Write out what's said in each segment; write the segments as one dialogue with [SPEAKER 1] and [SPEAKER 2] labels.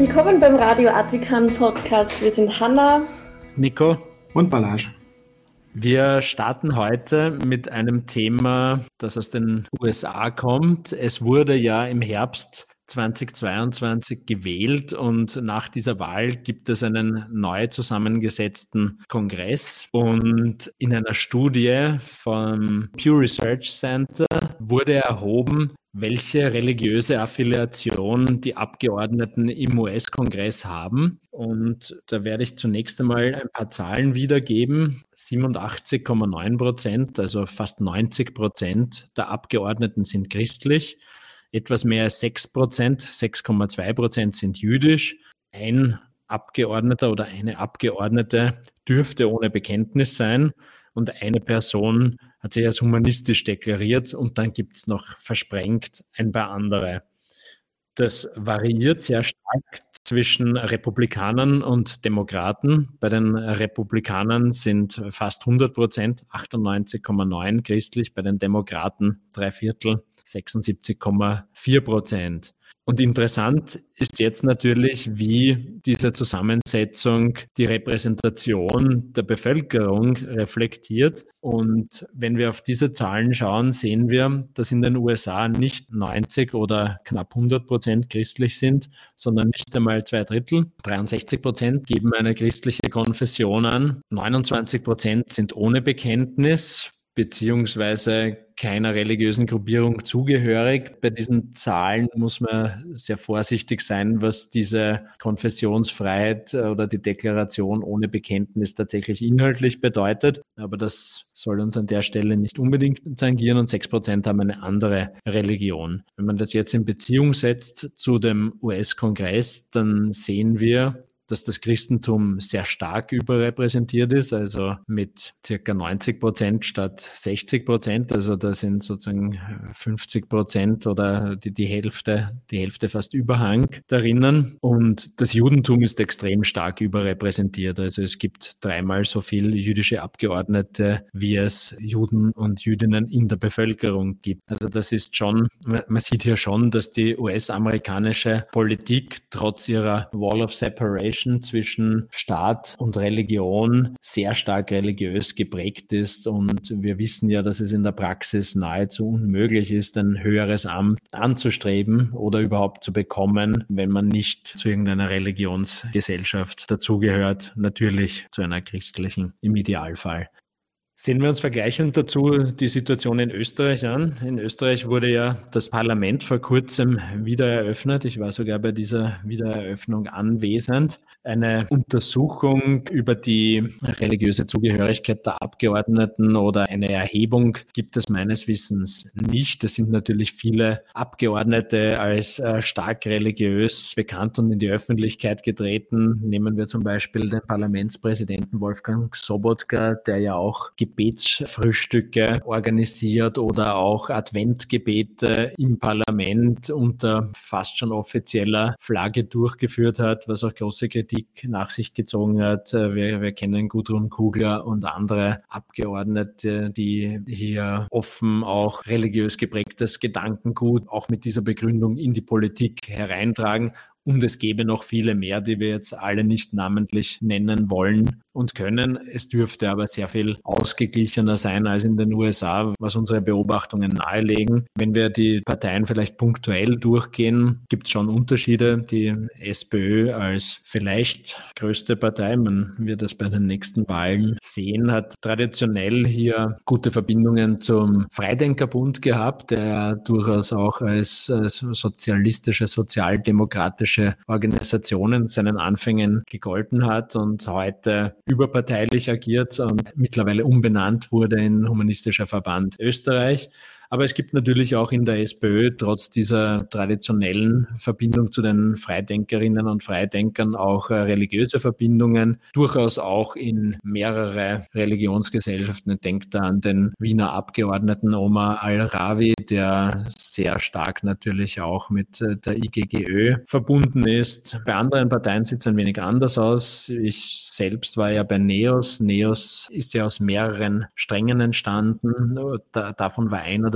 [SPEAKER 1] Willkommen beim Radio Attikan Podcast. Wir sind Hanna,
[SPEAKER 2] Nico
[SPEAKER 3] und Balázs.
[SPEAKER 2] Wir starten heute mit einem Thema, das aus den USA kommt. Es wurde ja im Herbst 2022 gewählt und nach dieser Wahl gibt es einen neu zusammengesetzten Kongress. Und in einer Studie vom Pew Research Center wurde erhoben, welche religiöse Affiliation die Abgeordneten im US-Kongress haben. Und da werde ich zunächst einmal ein paar Zahlen wiedergeben. 87,9%, also fast 90% der Abgeordneten sind christlich. Etwas mehr als 6%, 6,2% sind jüdisch. Ein Abgeordneter oder eine Abgeordnete dürfte ohne Bekenntnis sein und eine Person hat sich als humanistisch deklariert und dann gibt es noch versprengt ein paar andere. Das variiert sehr stark zwischen Republikanern und Demokraten. Bei den Republikanern sind fast 100%, 98,9% christlich, bei den Demokraten 3/4, 76,4%. Und interessant ist jetzt natürlich, wie diese Zusammensetzung die Repräsentation der Bevölkerung reflektiert. Und wenn wir auf diese Zahlen schauen, sehen wir, dass in den USA nicht 90 oder knapp 100% christlich sind, sondern nicht einmal 2/3. 63% geben eine christliche Konfession an, 29% sind ohne Bekenntnis, beziehungsweise keiner religiösen Gruppierung zugehörig. Bei diesen Zahlen muss man sehr vorsichtig sein, was diese Konfessionsfreiheit oder die Deklaration ohne Bekenntnis tatsächlich inhaltlich bedeutet. Aber das soll uns an der Stelle nicht unbedingt tangieren und 6% haben eine andere Religion. Wenn man das jetzt in Beziehung setzt zu dem US-Kongress, dann sehen wir, dass das Christentum sehr stark überrepräsentiert ist, also mit circa 90% statt 60%. Also da sind sozusagen 50% oder die Hälfte fast Überhang darinnen. Und das Judentum ist extrem stark überrepräsentiert. Also es gibt 3-mal so viele jüdische Abgeordnete, wie es Juden und Jüdinnen in der Bevölkerung gibt. Also das ist schon, man sieht hier schon, dass die US-amerikanische Politik trotz ihrer Wall of Separation zwischen Staat und Religion sehr stark religiös geprägt ist. Und wir wissen ja, dass es in der Praxis nahezu unmöglich ist, ein höheres Amt anzustreben oder überhaupt zu bekommen, wenn man nicht zu irgendeiner Religionsgesellschaft dazugehört, natürlich zu einer christlichen im Idealfall. Sehen wir uns vergleichend dazu die Situation in Österreich an. In Österreich wurde ja das Parlament vor kurzem wieder eröffnet. Ich war sogar bei dieser Wiedereröffnung anwesend. Eine Untersuchung über die religiöse Zugehörigkeit der Abgeordneten oder eine Erhebung gibt es meines Wissens nicht. Es sind natürlich viele Abgeordnete als stark religiös bekannt und in die Öffentlichkeit getreten. Nehmen wir zum Beispiel den Parlamentspräsidenten Wolfgang Sobotka, der ja auch Gebetsfrühstücke organisiert oder auch Adventgebete im Parlament unter fast schon offizieller Flagge durchgeführt hat, was auch große Kritik nach sich gezogen hat. Wir kennen Gudrun Kugler und andere Abgeordnete, die hier offen auch religiös geprägtes Gedankengut auch mit dieser Begründung in die Politik hereintragen. Und es gäbe noch viele mehr, die wir jetzt alle nicht namentlich nennen wollen und können. Es dürfte aber sehr viel ausgeglichener sein als in den USA, was unsere Beobachtungen nahelegen. Wenn wir die Parteien vielleicht punktuell durchgehen, gibt es schon Unterschiede. Die SPÖ als vielleicht größte Partei, man wird das bei den nächsten Wahlen sehen, hat traditionell hier gute Verbindungen zum Freidenkerbund gehabt, der durchaus auch als sozialistische, sozialdemokratische Organisationen seinen Anfängen gegolten hat und heute überparteilich agiert und mittlerweile umbenannt wurde in Humanistischer Verband Österreich. Aber es gibt natürlich auch in der SPÖ trotz dieser traditionellen Verbindung zu den Freidenkerinnen und Freidenkern auch religiöse Verbindungen, durchaus auch in mehrere Religionsgesellschaften. Denkt da an den Wiener Abgeordneten Omar Al-Rawi, der sehr stark natürlich auch mit der IGGÖ verbunden ist. Bei anderen Parteien sieht es ein wenig anders aus. Ich selbst war ja bei NEOS. NEOS ist ja aus mehreren Strängen entstanden. Davon war einer das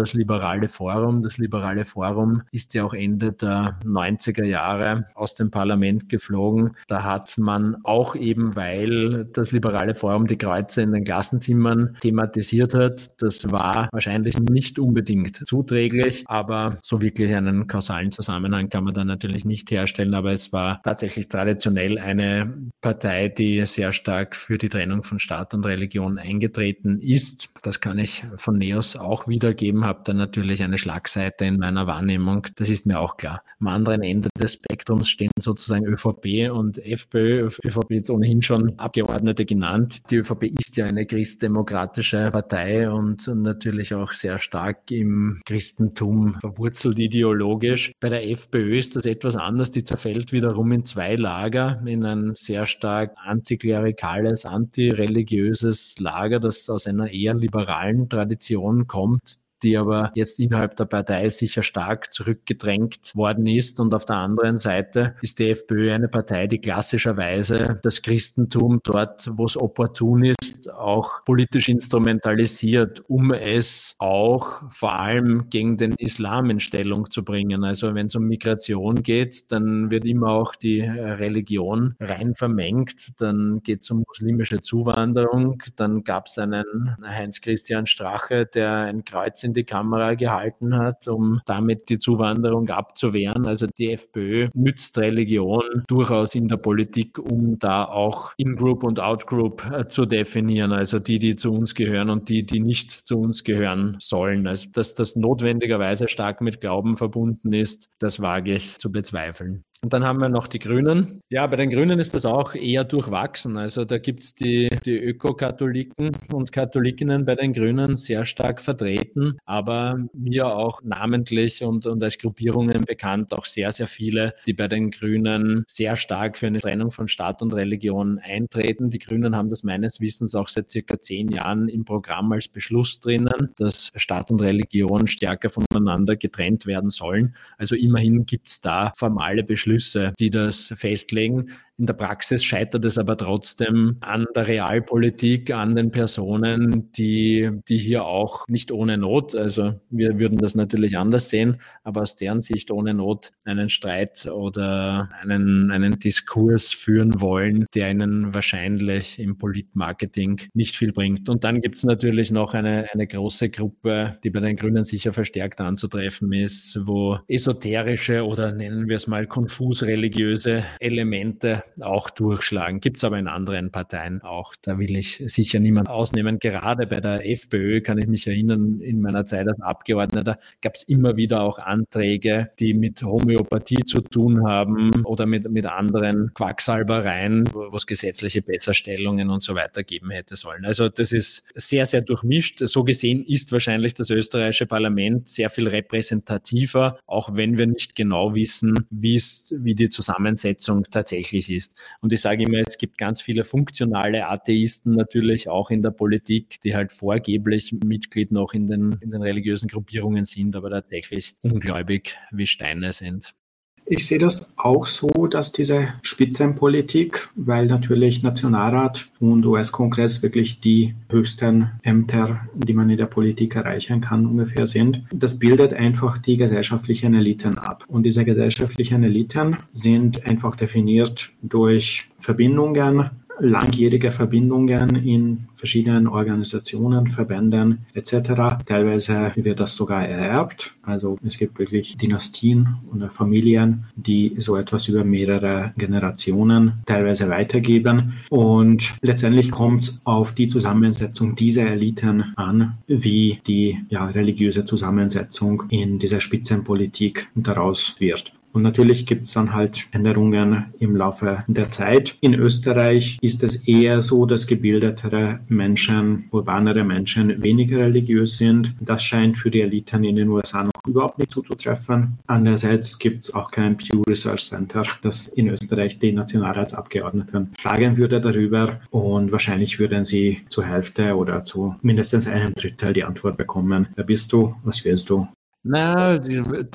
[SPEAKER 2] das Liberale Forum. Das Liberale Forum ist ja auch Ende der 90er Jahre aus dem Parlament geflogen. Da hat man auch eben, weil das Liberale Forum die Kreuze in den Klassenzimmern thematisiert hat, das war wahrscheinlich nicht unbedingt zuträglich, aber so wirklich einen kausalen Zusammenhang kann man da natürlich nicht herstellen. Aber es war tatsächlich traditionell eine Partei, die sehr stark für die Trennung von Staat und Religion eingetreten ist. Das kann ich von NEOS auch wiedergeben, habe da natürlich eine Schlagseite in meiner Wahrnehmung, das ist mir auch klar. Am anderen Ende des Spektrums stehen sozusagen ÖVP und FPÖ. ÖVP ist ohnehin schon Abgeordnete genannt. Die ÖVP ist ja eine christdemokratische Partei und natürlich auch sehr stark im Christentum verwurzelt ideologisch. Bei der FPÖ ist das etwas anders, die zerfällt wiederum in zwei Lager, in ein sehr stark antiklerikales, antireligiöses Lager, das aus einer eher liberalen Tradition kommt, die aber jetzt innerhalb der Partei sicher stark zurückgedrängt worden ist. Und auf der anderen Seite ist die FPÖ eine Partei, die klassischerweise das Christentum dort, wo es opportun ist, auch politisch instrumentalisiert, um es auch vor allem gegen den Islam in Stellung zu bringen. Also wenn es um Migration geht, dann wird immer auch die Religion rein vermengt. Dann geht es um muslimische Zuwanderung. Dann gab es einen Heinz-Christian Strache, der ein Kreuz in die Kamera gehalten hat, um damit die Zuwanderung abzuwehren. Also die FPÖ nützt Religion durchaus in der Politik, um da auch In-Group und Out-Group zu definieren. Also die zu uns gehören und die nicht zu uns gehören sollen. Also dass das notwendigerweise stark mit Glauben verbunden ist, das wage ich zu bezweifeln. Und dann haben wir noch die Grünen. Ja, bei den Grünen ist das auch eher durchwachsen. Also da gibt es die Öko-Katholiken und Katholikinnen bei den Grünen sehr stark vertreten, aber mir auch namentlich und als Gruppierungen bekannt auch sehr, sehr viele, die bei den Grünen sehr stark für eine Trennung von Staat und Religion eintreten. Die Grünen haben das meines Wissens auch seit circa 10 Jahren im Programm als Beschluss drinnen, dass Staat und Religion stärker voneinander getrennt werden sollen. Also immerhin gibt es da formale Beschlüsse, die das festlegen. In der Praxis scheitert es aber trotzdem an der Realpolitik, an den Personen, die hier auch nicht ohne Not, also wir würden das natürlich anders sehen, aber aus deren Sicht ohne Not einen Streit oder einen Diskurs führen wollen, der ihnen wahrscheinlich im Politmarketing nicht viel bringt. Und dann gibt es natürlich noch eine große Gruppe, die bei den Grünen sicher verstärkt anzutreffen ist, wo esoterische oder nennen wir es mal konfus religiöse Elemente auch durchschlagen. Gibt es aber in anderen Parteien auch. Da will ich sicher niemand ausnehmen. Gerade bei der FPÖ kann ich mich erinnern, in meiner Zeit als Abgeordneter gab es immer wieder auch Anträge, die mit Homöopathie zu tun haben oder mit anderen Quacksalbereien, wo es gesetzliche Besserstellungen und so weiter geben hätte sollen. Also das ist sehr, sehr durchmischt. So gesehen ist wahrscheinlich das österreichische Parlament sehr viel repräsentativer, auch wenn wir nicht genau wissen, wie die Zusammensetzung tatsächlich ist. Und ich sage immer, es gibt ganz viele funktionale Atheisten natürlich auch in der Politik, die halt vorgeblich Mitglied noch in den religiösen Gruppierungen sind, aber tatsächlich ungläubig wie Steine sind.
[SPEAKER 3] Ich sehe das auch so, dass diese Spitzenpolitik, weil natürlich Nationalrat und US-Kongress wirklich die höchsten Ämter, die man in der Politik erreichen kann, ungefähr sind, das bildet einfach die gesellschaftlichen Eliten ab. Und diese gesellschaftlichen Eliten sind einfach definiert durch Verbindungen, langjährige Verbindungen in verschiedenen Organisationen, Verbänden etc. Teilweise wird das sogar ererbt. Also es gibt wirklich Dynastien oder Familien, die so etwas über mehrere Generationen teilweise weitergeben. Und letztendlich kommt es auf die Zusammensetzung dieser Eliten an, wie die religiöse Zusammensetzung in dieser Spitzenpolitik daraus wird. Und natürlich gibt es dann halt Änderungen im Laufe der Zeit. In Österreich ist es eher so, dass gebildetere Menschen, urbanere Menschen weniger religiös sind. Das scheint für die Eliten in den USA noch überhaupt nicht zuzutreffen. Andererseits gibt es auch kein Pew Research Center, das in Österreich die Nationalratsabgeordneten fragen würde darüber. Und wahrscheinlich würden sie zur Hälfte oder zu mindestens einem Drittel die Antwort bekommen. Wer bist du? Was willst du?
[SPEAKER 2] Na, der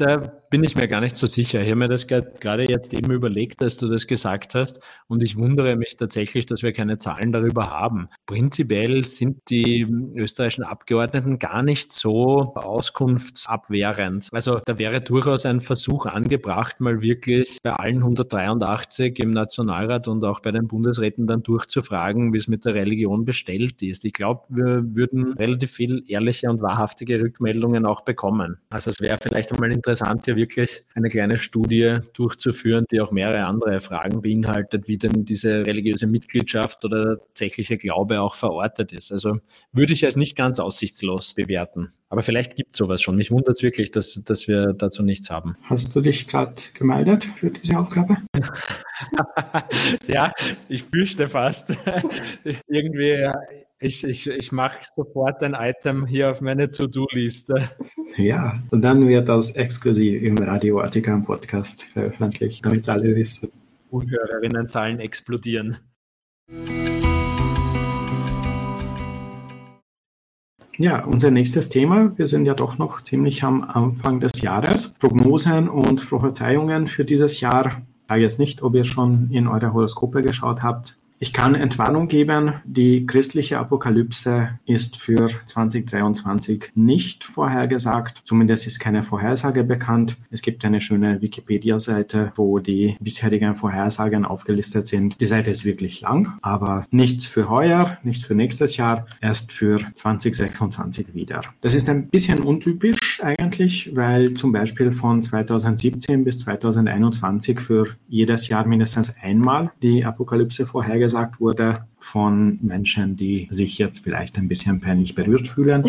[SPEAKER 2] bin ich mir gar nicht so sicher. Ich habe mir das gerade jetzt eben überlegt, dass du das gesagt hast, und ich wundere mich tatsächlich, dass wir keine Zahlen darüber haben. Prinzipiell sind die österreichischen Abgeordneten gar nicht so auskunftsabwehrend. Also da wäre durchaus ein Versuch angebracht, mal wirklich bei allen 183 im Nationalrat und auch bei den Bundesräten dann durchzufragen, wie es mit der Religion bestellt ist. Ich glaube, wir würden relativ viel ehrliche und wahrhaftige Rückmeldungen auch bekommen. Also es wäre vielleicht einmal interessant, hier wirklich eine kleine Studie durchzuführen, die auch mehrere andere Fragen beinhaltet, wie denn diese religiöse Mitgliedschaft oder tatsächliche Glaube auch verortet ist. Also würde ich als nicht ganz aussichtslos bewerten. Aber vielleicht gibt es sowas schon. Mich wundert es wirklich, dass wir dazu nichts haben.
[SPEAKER 3] Hast du dich gerade gemeldet für diese Aufgabe?
[SPEAKER 2] Ja, ich fürchte fast. Irgendwie, ich mache sofort ein Item hier auf meine To-Do-Liste.
[SPEAKER 3] Ja, und dann wird das exklusiv im Radio Vatikan Podcast veröffentlicht, damit es alle wissen.
[SPEAKER 2] Zuhörerinnenzahlen explodieren.
[SPEAKER 3] Ja, unser nächstes Thema. Wir sind ja doch noch ziemlich am Anfang des Jahres. Prognosen und Prophezeiungen für dieses Jahr. Ich sage jetzt nicht, ob ihr schon in eure Horoskope geschaut habt. Ich kann Entwarnung geben, die christliche Apokalypse ist für 2023 nicht vorhergesagt. Zumindest ist keine Vorhersage bekannt. Es gibt eine schöne Wikipedia-Seite, wo die bisherigen Vorhersagen aufgelistet sind. Die Seite ist wirklich lang, aber nichts für heuer, nichts für nächstes Jahr, erst für 2026 wieder. Das ist ein bisschen untypisch eigentlich, weil zum Beispiel von 2017 bis 2021 für jedes Jahr mindestens einmal die Apokalypse vorhergesagt wurde von Menschen, die sich jetzt vielleicht ein bisschen peinlich berührt fühlen.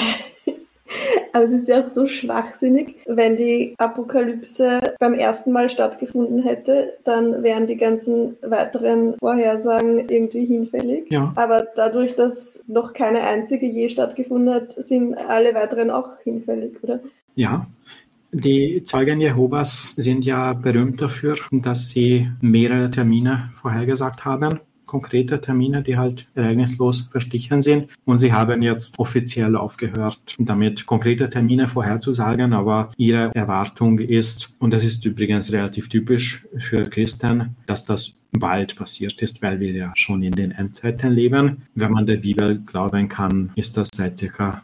[SPEAKER 1] Aber es ist ja auch so schwachsinnig, wenn die Apokalypse beim ersten Mal stattgefunden hätte, dann wären die ganzen weiteren Vorhersagen irgendwie hinfällig.
[SPEAKER 3] Ja.
[SPEAKER 1] Aber dadurch, dass noch keine einzige je stattgefunden hat, sind alle weiteren auch hinfällig, oder?
[SPEAKER 3] Ja. Die Zeugen Jehovas sind ja berühmt dafür, dass sie mehrere Termine vorhergesagt haben. Konkrete Termine, die halt ereignislos verstrichen sind. Und sie haben jetzt offiziell aufgehört, damit konkrete Termine vorherzusagen. Aber ihre Erwartung ist, und das ist übrigens relativ typisch für Christen, dass das bald passiert ist, weil wir ja schon in den Endzeiten leben. Wenn man der Bibel glauben kann, ist das seit ca.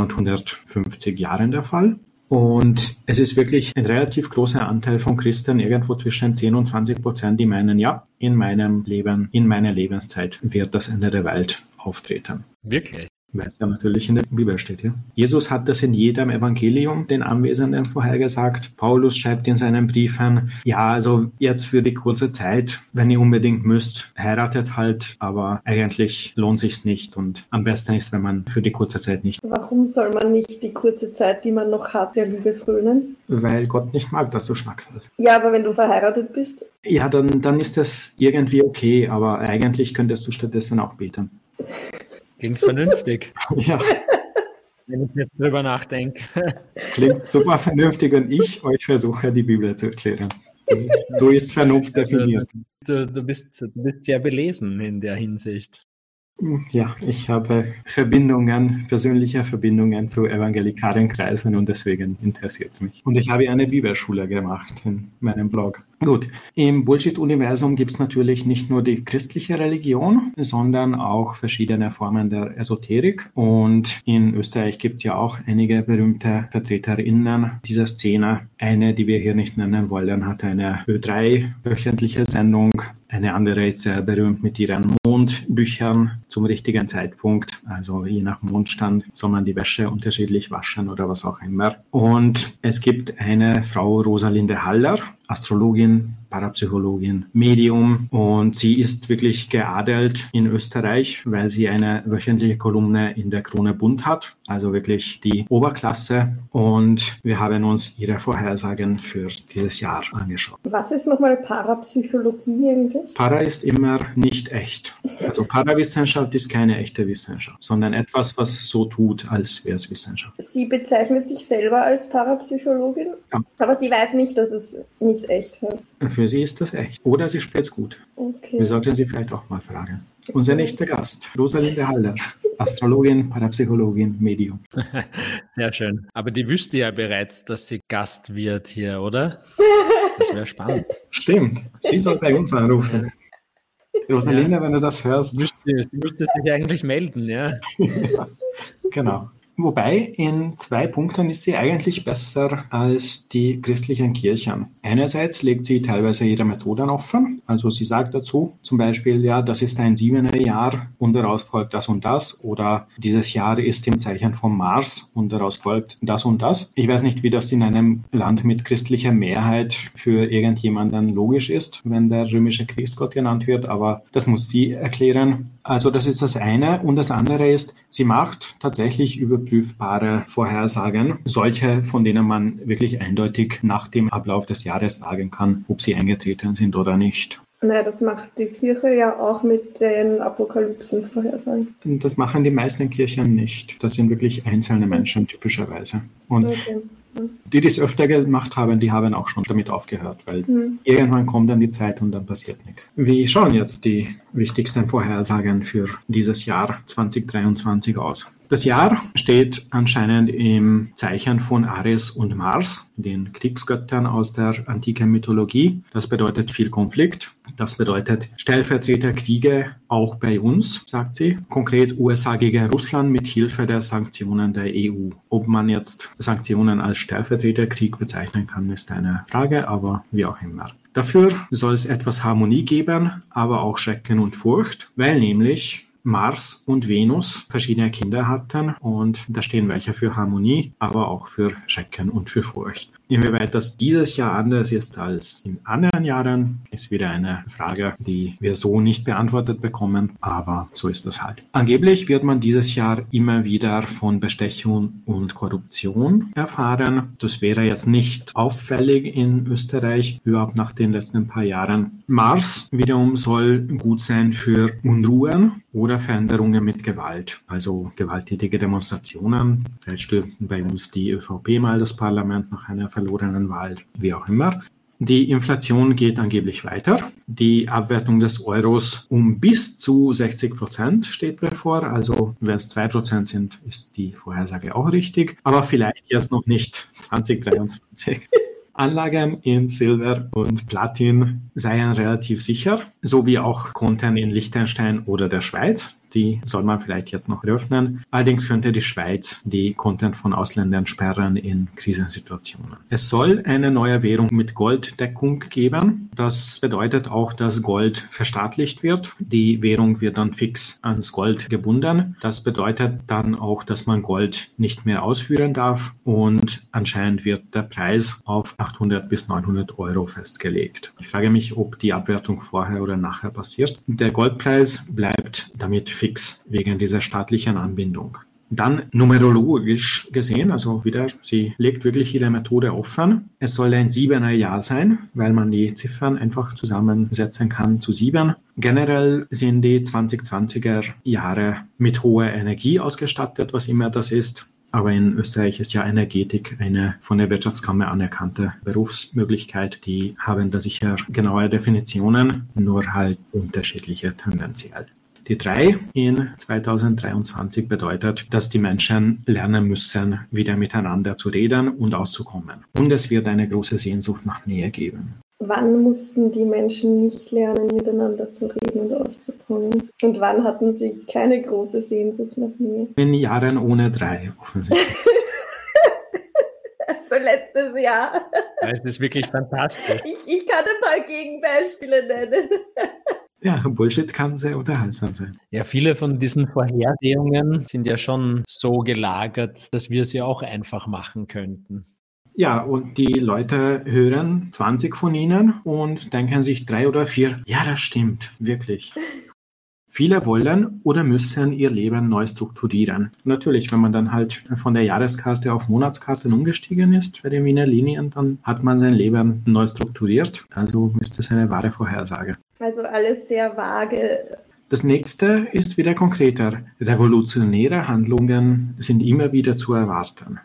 [SPEAKER 3] 1950 Jahren der Fall. Und es ist wirklich ein relativ großer Anteil von Christen, irgendwo zwischen 10% und 20%, die meinen, ja, in meinem Leben, in meiner Lebenszeit wird das Ende der Welt auftreten.
[SPEAKER 2] Wirklich?
[SPEAKER 3] Weil es ja natürlich in der Bibel steht, ja. Jesus hat das in jedem Evangelium den Anwesenden vorhergesagt. Paulus schreibt in seinen Briefen, ja, also jetzt für die kurze Zeit, wenn ihr unbedingt müsst, heiratet halt, aber eigentlich lohnt sich's nicht und am besten ist, wenn man für die kurze Zeit nicht.
[SPEAKER 1] Warum soll man nicht die kurze Zeit, die man noch hat, der Liebe frönen?
[SPEAKER 3] Weil Gott nicht mag, dass du schnackselst.
[SPEAKER 1] Ja, aber wenn du verheiratet bist?
[SPEAKER 3] Ja, dann ist das irgendwie okay, aber eigentlich könntest du stattdessen auch beten.
[SPEAKER 2] Klingt vernünftig.
[SPEAKER 3] Ja.
[SPEAKER 2] Wenn ich jetzt drüber nachdenke.
[SPEAKER 3] Klingt super vernünftig und ich euch versuche, die Bibel zu erklären. So ist Vernunft definiert.
[SPEAKER 2] Du bist sehr belesen in der Hinsicht.
[SPEAKER 3] Ja, ich habe persönliche Verbindungen zu evangelikalen Kreisen und deswegen interessiert es mich. Und ich habe eine Bibelschule gemacht in meinem Blog. Gut, im Bullshit-Universum gibt es natürlich nicht nur die christliche Religion, sondern auch verschiedene Formen der Esoterik. Und in Österreich gibt es ja auch einige berühmte VertreterInnen dieser Szene. Eine, die wir hier nicht nennen wollen, hat eine Ö3-wöchentliche Sendung. Eine andere ist sehr berühmt mit ihren Mondbüchern zum richtigen Zeitpunkt. Also je nach Mondstand soll man die Wäsche unterschiedlich waschen oder was auch immer. Und es gibt eine Frau Rosalinde Haller, Astrologin, Parapsychologin, Medium, und sie ist wirklich geadelt in Österreich, weil sie eine wöchentliche Kolumne in der Krone Bunt hat, also wirklich die Oberklasse, und wir haben uns ihre Vorhersagen für dieses Jahr angeschaut.
[SPEAKER 1] Was ist nochmal Parapsychologie eigentlich?
[SPEAKER 3] Para ist immer nicht echt. Also Parawissenschaft ist keine echte Wissenschaft, sondern etwas, was so tut, als wäre es Wissenschaft.
[SPEAKER 1] Sie bezeichnet sich selber als Parapsychologin,
[SPEAKER 3] ja.
[SPEAKER 1] Aber sie weiß nicht, dass es nicht echt heißt.
[SPEAKER 3] Für sie ist das echt. Oder sie spielt es gut.
[SPEAKER 1] Okay.
[SPEAKER 3] Wir sollten sie vielleicht auch mal fragen. Unser nächster Gast, Rosalinde Haller, Astrologin, Parapsychologin, Medium.
[SPEAKER 2] Sehr schön. Aber die wüsste ja bereits, dass sie Gast wird hier, oder? Das wäre spannend.
[SPEAKER 3] Stimmt, sie soll bei uns anrufen. Rosalinde, ja. Wenn du das hörst.
[SPEAKER 2] Sie müsste sich eigentlich melden, ja.
[SPEAKER 3] Ja, genau. Wobei, in 2 Punkten ist sie eigentlich besser als die christlichen Kirchen. Einerseits legt sie teilweise ihre Methoden offen. Also sie sagt dazu zum Beispiel, ja, das ist ein 7er Jahr und daraus folgt das und das. Oder dieses Jahr ist im Zeichen vom Mars und daraus folgt das und das. Ich weiß nicht, wie das in einem Land mit christlicher Mehrheit für irgendjemanden logisch ist, wenn der römische Kriegsgott genannt wird, aber das muss sie erklären. Also das ist das eine. Und das andere ist, sie macht tatsächlich überprüfbare Vorhersagen, solche, von denen man wirklich eindeutig nach dem Ablauf des Jahres sagen kann, ob sie eingetreten sind oder nicht.
[SPEAKER 1] Naja, das macht die Kirche ja auch mit den Apokalypsen-Vorhersagen.
[SPEAKER 3] Das machen die meisten Kirchen nicht. Das sind wirklich einzelne Menschen typischerweise. Und die es öfter gemacht haben, die haben auch schon damit aufgehört, weil irgendwann kommt dann die Zeit und dann passiert nichts. Wie schauen jetzt die wichtigsten Vorhersagen für dieses Jahr 2023 aus? Das Jahr steht anscheinend im Zeichen von Ares und Mars, den Kriegsgöttern aus der antiken Mythologie. Das bedeutet viel Konflikt. Das bedeutet Stellvertreterkriege auch bei uns, sagt sie. Konkret USA gegen Russland mit Hilfe der Sanktionen der EU. Ob man jetzt Sanktionen als Stellvertreterkrieg bezeichnen kann, ist eine Frage, aber wie auch immer. Dafür soll es etwas Harmonie geben, aber auch Schrecken und Furcht, weil nämlich Mars und Venus verschiedene Kinder hatten und da stehen welche für Harmonie, aber auch für Schrecken und für Furcht. Inwieweit das dieses Jahr anders ist als in anderen Jahren, ist wieder eine Frage, die wir so nicht beantwortet bekommen, aber so ist das halt. Angeblich wird man dieses Jahr immer wieder von Bestechung und Korruption erfahren. Das wäre jetzt nicht auffällig in Österreich, überhaupt nach den letzten paar Jahren. Mars wiederum soll gut sein für Unruhen oder Veränderungen mit Gewalt, also gewalttätige Demonstrationen. Vielleicht stürmten bei uns die ÖVP mal das Parlament nach einer verlorenen Wahl, wie auch immer. Die Inflation geht angeblich weiter. Die Abwertung des Euros um bis zu 60% steht bevor. Also wenn es 2% sind, ist die Vorhersage auch richtig. Aber vielleicht jetzt noch nicht 2023. Anlagen in Silber und Platin seien relativ sicher, sowie auch Konten in Liechtenstein oder der Schweiz. Die soll man vielleicht jetzt noch eröffnen. Allerdings könnte die Schweiz die Konten von Ausländern sperren in Krisensituationen. Es soll eine neue Währung mit Golddeckung geben. Das bedeutet auch, dass Gold verstaatlicht wird. Die Währung wird dann fix ans Gold gebunden. Das bedeutet dann auch, dass man Gold nicht mehr ausführen darf und anscheinend wird der Preis auf 800 bis 900 Euro festgelegt. Ich frage mich, ob die Abwertung vorher oder nachher passiert. Der Goldpreis bleibt damit fix wegen dieser staatlichen Anbindung. Dann numerologisch gesehen, also wieder, sie legt wirklich ihre Methode offen. Es soll ein 7er Jahr sein, weil man die Ziffern einfach zusammensetzen kann zu 7. Generell sind die 2020er Jahre mit hoher Energie ausgestattet, was immer das ist. Aber in Österreich ist ja Energetik eine von der Wirtschaftskammer anerkannte Berufsmöglichkeit. Die haben da sicher genaue Definitionen, nur halt unterschiedliche tendenziell. Die 3 in 2023 bedeutet, dass die Menschen lernen müssen, wieder miteinander zu reden und auszukommen. Und es wird eine große Sehnsucht nach Nähe geben.
[SPEAKER 1] Wann mussten die Menschen nicht lernen, miteinander zu reden und auszukommen? Und wann hatten sie keine große Sehnsucht nach Nähe?
[SPEAKER 3] In Jahren ohne 3, offensichtlich.
[SPEAKER 1] Also letztes Jahr.
[SPEAKER 2] Das ist wirklich fantastisch.
[SPEAKER 1] Ich kann ein paar Gegenbeispiele nennen.
[SPEAKER 3] Ja, Bullshit kann sehr unterhaltsam sein.
[SPEAKER 2] Ja, viele von diesen Vorhersehungen sind ja schon so gelagert, dass wir sie auch einfach machen könnten.
[SPEAKER 3] Ja, und die Leute hören 20 von ihnen und denken sich 3 oder 4, ja, das stimmt, wirklich. Viele wollen oder müssen ihr Leben neu strukturieren. Natürlich, wenn man dann halt von der Jahreskarte auf Monatskarten umgestiegen ist bei den Wiener Linien, dann hat man sein Leben neu strukturiert. Also ist das eine wahre Vorhersage.
[SPEAKER 1] Also alles sehr vage.
[SPEAKER 3] Das nächste ist wieder konkreter. Revolutionäre Handlungen sind immer wieder zu erwarten.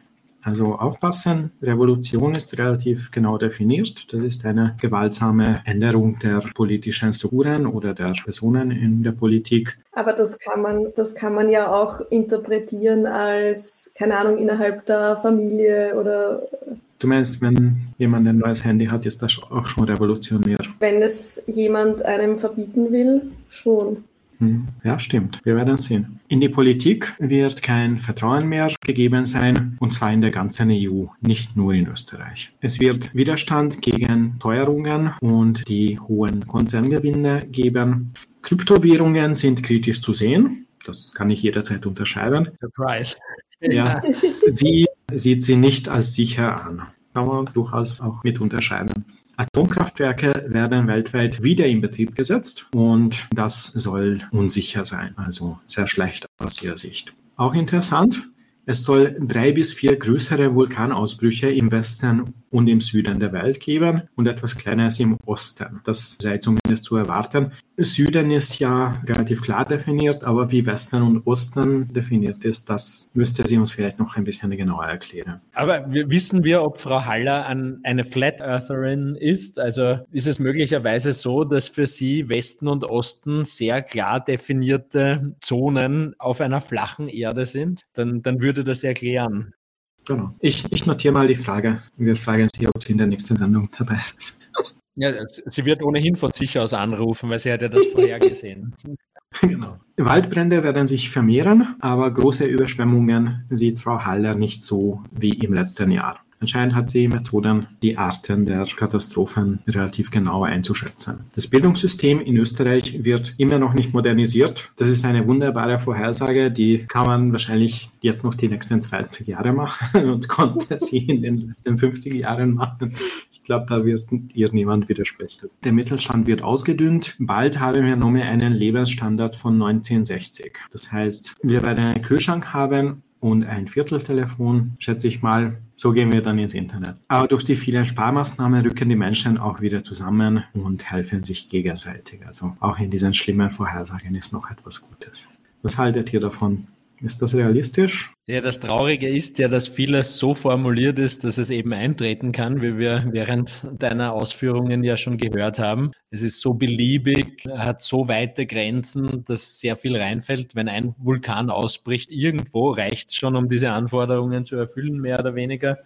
[SPEAKER 3] Also aufpassen, Revolution ist relativ genau definiert. Das ist eine gewaltsame Änderung der politischen Strukturen oder der Personen in der Politik.
[SPEAKER 1] Aber das kann man ja auch interpretieren als, keine Ahnung, innerhalb der Familie oder...
[SPEAKER 3] Du meinst, wenn jemand ein neues Handy hat, ist das auch schon revolutionär?
[SPEAKER 1] Wenn es jemand einem verbieten will, schon.
[SPEAKER 3] Ja, stimmt. Wir werden sehen. In die Politik wird kein Vertrauen mehr gegeben sein, und zwar in der ganzen EU, nicht nur in Österreich. Es wird Widerstand gegen Teuerungen und die hohen Konzerngewinne geben. Kryptowährungen sind kritisch zu sehen. Das kann ich jederzeit unterschreiben.
[SPEAKER 2] Surprise.
[SPEAKER 3] Ja, sie sieht sie nicht als sicher an. Kann man durchaus auch mit unterschreiben. Atomkraftwerke werden weltweit wieder in Betrieb gesetzt und das soll unsicher sein, also sehr schlecht aus ihrer Sicht. Auch interessant, es soll 3 bis 4 größere Vulkanausbrüche im Westen und im Süden der Welt geben und etwas Kleines im Osten. Das sei zumindest zu erwarten. Süden ist ja relativ klar definiert, aber wie Westen und Osten definiert ist, das müsste sie uns vielleicht noch ein bisschen genauer erklären.
[SPEAKER 2] Aber wissen wir, ob Frau Haller eine Flat Eartherin ist? Also ist es möglicherweise so, dass für sie Westen und Osten sehr klar definierte Zonen auf einer flachen Erde sind? Dann würde das erklären.
[SPEAKER 3] Genau. Ich notiere mal die Frage. Wir fragen sie, ob sie in der nächsten Sendung dabei ist.
[SPEAKER 2] Ja, sie wird ohnehin von sich aus anrufen, weil sie hat ja das vorhergesehen.
[SPEAKER 3] Genau. Waldbrände werden sich vermehren, aber große Überschwemmungen sieht Frau Haller nicht so wie im letzten Jahr. Anscheinend hat sie Methoden, die Arten der Katastrophen relativ genau einzuschätzen. Das Bildungssystem in Österreich wird immer noch nicht modernisiert. Das ist eine wunderbare Vorhersage, die kann man wahrscheinlich jetzt noch die nächsten 20 Jahre machen und konnte sie in den letzten 50 Jahren machen. Ich glaube, da wird ihr niemand widersprechen. Der Mittelstand wird ausgedünnt. Bald haben wir nur mehr einen Lebensstandard von 1960. Das heißt, wir werden einen Kühlschrank haben und ein Vierteltelefon, schätze ich mal. So gehen wir dann ins Internet. Aber durch die vielen Sparmaßnahmen rücken die Menschen auch wieder zusammen und helfen sich gegenseitig. Also auch in diesen schlimmen Vorhersagen ist noch etwas Gutes. Was haltet ihr davon? Ist das realistisch?
[SPEAKER 2] Ja, das Traurige ist ja, dass vieles so formuliert ist, dass es eben eintreten kann, wie wir während deiner Ausführungen ja schon gehört haben. Es ist so beliebig, hat so weite Grenzen, dass sehr viel reinfällt. Wenn ein Vulkan ausbricht, irgendwo reicht es schon, um diese Anforderungen zu erfüllen, mehr oder weniger.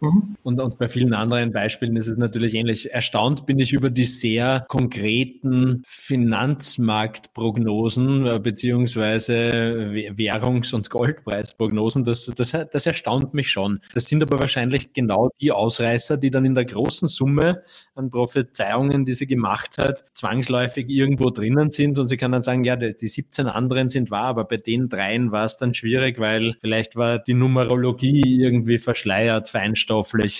[SPEAKER 2] Und bei vielen anderen Beispielen ist es natürlich ähnlich. Erstaunt bin ich über die sehr konkreten Finanzmarktprognosen beziehungsweise Währungs- und Goldpreisprognosen. Das erstaunt mich schon. Das sind aber wahrscheinlich genau die Ausreißer, die dann in der großen Summe an Prophezeiungen, die sie gemacht hat, zwangsläufig irgendwo drinnen sind. Und sie kann dann sagen, ja, die 17 anderen sind wahr, aber bei den 3 war es dann schwierig, weil vielleicht war die Numerologie irgendwie verschleiert, feinstofflich.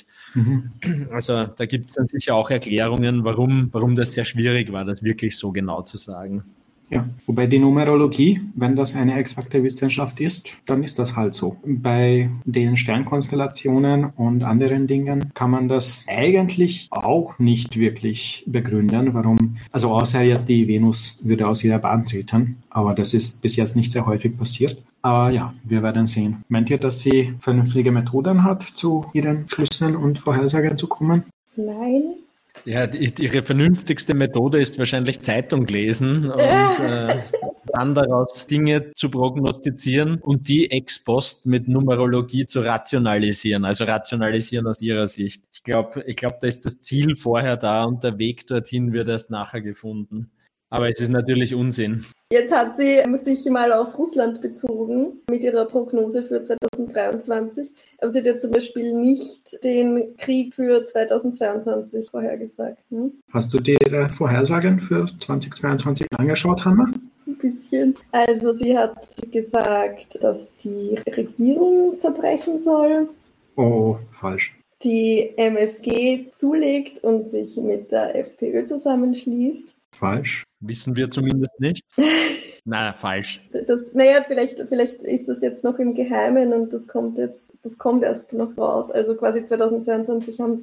[SPEAKER 2] Also da gibt es dann sicher auch Erklärungen, warum das sehr schwierig war, das wirklich so genau zu sagen.
[SPEAKER 3] Ja, wobei die Numerologie, wenn das eine exakte Wissenschaft ist, dann ist das halt so. Bei den Sternkonstellationen und anderen Dingen kann man das eigentlich auch nicht wirklich begründen, warum, also außer jetzt die Venus würde aus ihrer Bahn treten, aber das ist bis jetzt nicht sehr häufig passiert. Aber ja, wir werden sehen. Meint ihr, dass sie vernünftige Methoden hat, zu ihren Schlüssen und Vorhersagen zu kommen?
[SPEAKER 1] Nein.
[SPEAKER 2] Ja, ihre vernünftigste Methode ist wahrscheinlich Zeitung lesen und dann daraus Dinge zu prognostizieren und die ex post mit Numerologie zu rationalisieren, also rationalisieren aus ihrer Sicht. Ich glaube, da ist das Ziel vorher da und der Weg dorthin wird erst nachher gefunden. Aber es ist natürlich Unsinn.
[SPEAKER 1] Jetzt hat sie sich mal auf Russland bezogen mit ihrer Prognose für 2023. Aber sie hat ja zum Beispiel nicht den Krieg für 2022 vorhergesagt. Ne?
[SPEAKER 3] Hast du dir ihre Vorhersagen für 2022 angeschaut, Hanna?
[SPEAKER 1] Ein bisschen. Also sie hat gesagt, dass die Regierung zerbrechen soll.
[SPEAKER 3] Oh, falsch.
[SPEAKER 1] Die MFG zulegt und sich mit der FPÖ zusammenschließt.
[SPEAKER 3] Falsch.
[SPEAKER 2] Wissen wir zumindest nicht. Nein, falsch.
[SPEAKER 1] Vielleicht ist das jetzt noch im Geheimen und das kommt erst noch raus. Also quasi 2022 haben sie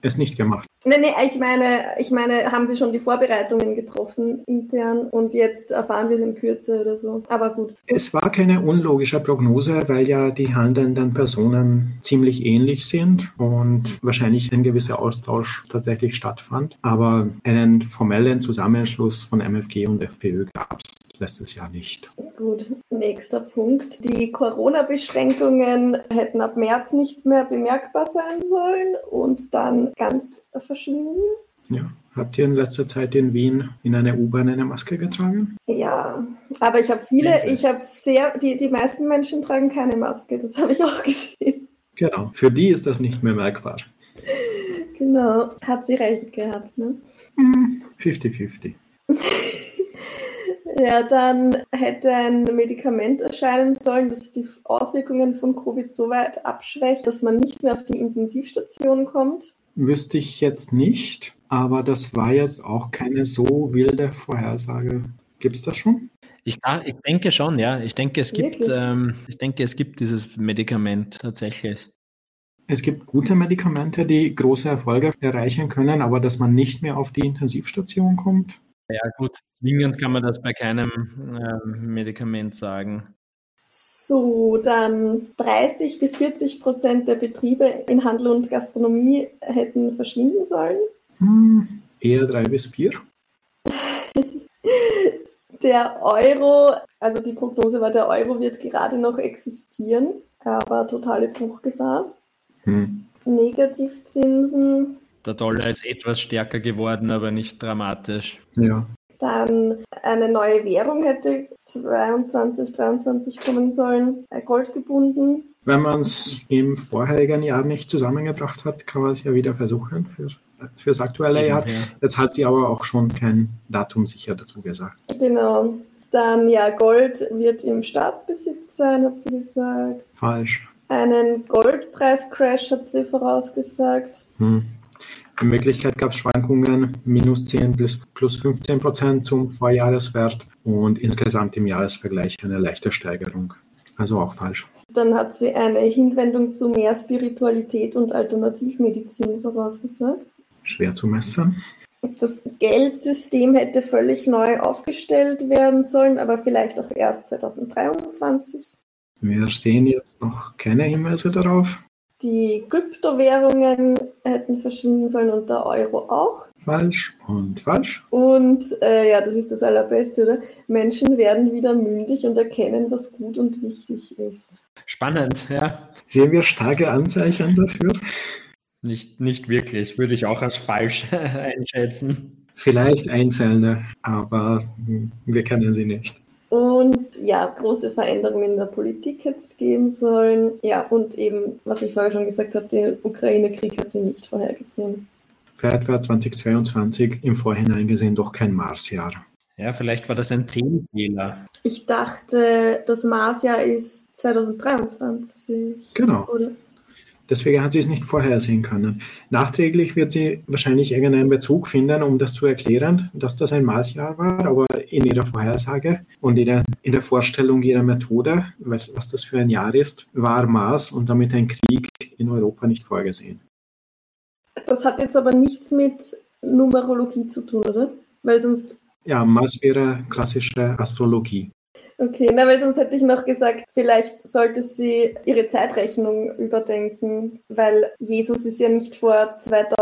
[SPEAKER 3] es nicht gemacht.
[SPEAKER 1] Nee, ich meine, haben Sie schon die Vorbereitungen getroffen intern und jetzt erfahren wir es in Kürze oder so? Aber gut.
[SPEAKER 3] Es war keine unlogische Prognose, weil ja die handelnden Personen ziemlich ähnlich sind und wahrscheinlich ein gewisser Austausch tatsächlich stattfand. Aber einen formellen Zusammenschluss von MFG und FPÖ gab es letztes Jahr nicht.
[SPEAKER 1] Gut, nächster Punkt. Die Corona-Beschränkungen hätten ab März nicht mehr bemerkbar sein sollen und dann ganz verschwinden.
[SPEAKER 3] Ja. Habt ihr in letzter Zeit in Wien in einer U-Bahn eine Maske getragen?
[SPEAKER 1] Ja, aber ich habe die meisten Menschen tragen keine Maske, das habe ich auch gesehen.
[SPEAKER 3] Genau, für die ist das nicht mehr merkbar.
[SPEAKER 1] Genau, hat sie recht gehabt, ne?
[SPEAKER 3] 50-50.
[SPEAKER 1] Ja, dann hätte ein Medikament erscheinen sollen, das die Auswirkungen von Covid so weit abschwächt, dass man nicht mehr auf die Intensivstation kommt.
[SPEAKER 3] Wüsste ich jetzt nicht, aber das war jetzt auch keine so wilde Vorhersage. Gibt es das schon?
[SPEAKER 2] Ich denke schon, ja. Ich denke, es gibt dieses Medikament tatsächlich.
[SPEAKER 3] Es gibt gute Medikamente, die große Erfolge erreichen können, aber dass man nicht mehr auf die Intensivstation kommt.
[SPEAKER 2] Ja gut, zwingend kann man das bei keinem Medikament sagen.
[SPEAKER 1] So, dann 30-40% der Betriebe in Handel und Gastronomie hätten verschwinden sollen.
[SPEAKER 3] Eher 3 bis 4.
[SPEAKER 1] Der Euro, also die Prognose war, der Euro wird gerade noch existieren, aber totale Bruchgefahr. Negativzinsen.
[SPEAKER 2] Der Dollar ist etwas stärker geworden, aber nicht dramatisch.
[SPEAKER 3] Ja.
[SPEAKER 1] Dann eine neue Währung hätte 22, 23 kommen sollen, Gold gebunden.
[SPEAKER 3] Wenn man es im vorherigen Jahr nicht zusammengebracht hat, kann man es ja wieder versuchen fürs aktuelle Jahr.
[SPEAKER 2] Ja.
[SPEAKER 3] Jetzt hat sie aber auch schon kein Datum sicher dazu gesagt.
[SPEAKER 1] Genau. Dann, ja, Gold wird im Staatsbesitz sein, hat sie gesagt.
[SPEAKER 3] Falsch.
[SPEAKER 1] Einen Goldpreiscrash hat sie vorausgesagt.
[SPEAKER 3] In Wirklichkeit gab es Schwankungen -10 bis +15% zum Vorjahreswert und insgesamt im Jahresvergleich eine leichte Steigerung. Also auch falsch.
[SPEAKER 1] Dann hat sie eine Hinwendung zu mehr Spiritualität und Alternativmedizin vorausgesagt.
[SPEAKER 3] Schwer zu messen.
[SPEAKER 1] Das Geldsystem hätte völlig neu aufgestellt werden sollen, aber vielleicht auch erst 2023.
[SPEAKER 3] Wir sehen jetzt noch keine Hinweise darauf.
[SPEAKER 1] Die Kryptowährungen hätten verschwinden sollen und der Euro auch.
[SPEAKER 3] Falsch und falsch.
[SPEAKER 1] Und ja, das ist das Allerbeste, oder? Menschen werden wieder mündig und erkennen, was gut und wichtig ist.
[SPEAKER 2] Spannend, ja.
[SPEAKER 3] Sehen wir starke Anzeichen dafür?
[SPEAKER 2] Nicht wirklich, würde ich auch als falsch einschätzen.
[SPEAKER 3] Vielleicht einzelne, aber wir kennen sie nicht.
[SPEAKER 1] Und ja, große Veränderungen in der Politik hätte es geben sollen. Ja, und eben, was ich vorher schon gesagt habe, den Ukraine-Krieg hat sie nicht vorhergesehen.
[SPEAKER 3] Vielleicht war 2022 im Vorhinein gesehen doch kein Marsjahr.
[SPEAKER 2] Ja, vielleicht war das ein Zählfehler.
[SPEAKER 1] Ich dachte, das Marsjahr ist 2023.
[SPEAKER 3] Genau.
[SPEAKER 1] Oder?
[SPEAKER 3] Deswegen hat sie es nicht vorhersehen können. Nachträglich wird sie wahrscheinlich irgendeinen Bezug finden, um das zu erklären, dass das ein Marsjahr war, aber in ihrer Vorhersage und in der Vorstellung ihrer Methode, was das für ein Jahr ist, war Mars und damit ein Krieg in Europa nicht vorgesehen.
[SPEAKER 1] Das hat jetzt aber nichts mit Numerologie zu tun, oder? Weil sonst...
[SPEAKER 3] Ja, Mars wäre klassische Astrologie.
[SPEAKER 1] Okay, weil sonst hätte ich noch gesagt, vielleicht sollte sie ihre Zeitrechnung überdenken, weil Jesus ist ja nicht vor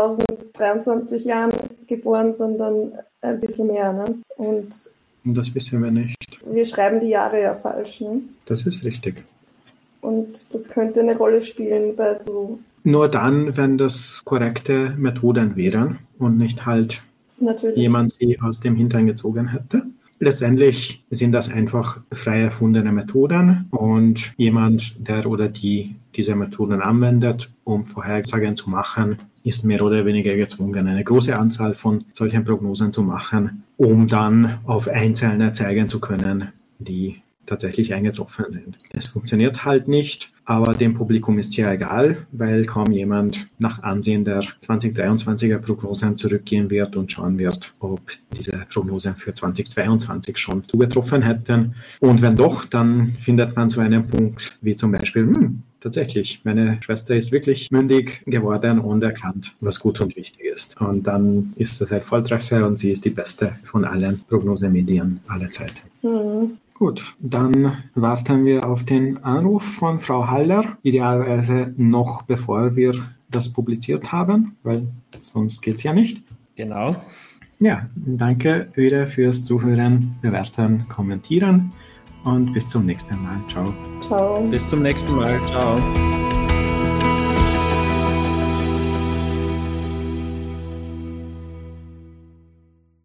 [SPEAKER 1] 2023 Jahren geboren, sondern ein bisschen mehr, ne? Und
[SPEAKER 3] das wissen wir nicht.
[SPEAKER 1] Wir schreiben die Jahre ja falsch, ne?
[SPEAKER 3] Das ist richtig.
[SPEAKER 1] Und das könnte eine Rolle spielen bei so...
[SPEAKER 3] Nur dann, wenn das korrekte Methoden wären und nicht halt jemand sie aus dem Hintern gezogen hätte. Letztendlich sind das einfach frei erfundene Methoden und jemand, der oder die diese Methoden anwendet, um Vorhersagen zu machen, ist mehr oder weniger gezwungen, eine große Anzahl von solchen Prognosen zu machen, um dann auf einzelne zeigen zu können, die tatsächlich eingetroffen sind. Es funktioniert halt nicht, Aber dem Publikum ist ja egal, weil kaum jemand nach Ansehen der 2023er Prognosen zurückgehen wird und schauen wird, ob diese Prognosen für 2022 schon zugetroffen hätten. Und wenn doch, dann findet man so einen Punkt wie zum Beispiel, tatsächlich, meine Schwester ist wirklich mündig geworden und erkannt, was gut und wichtig ist. Und dann ist das ein Volltreffer und sie ist die beste von allen Prognosemedien aller Zeiten. Gut, dann warten wir auf den Anruf von Frau Haller, idealerweise noch bevor wir das publiziert haben, weil sonst geht es ja nicht.
[SPEAKER 2] Genau.
[SPEAKER 3] Ja, danke wieder fürs Zuhören, Bewerten, Kommentieren und bis zum nächsten Mal. Ciao.
[SPEAKER 1] Ciao.
[SPEAKER 2] Bis zum nächsten Mal. Ciao.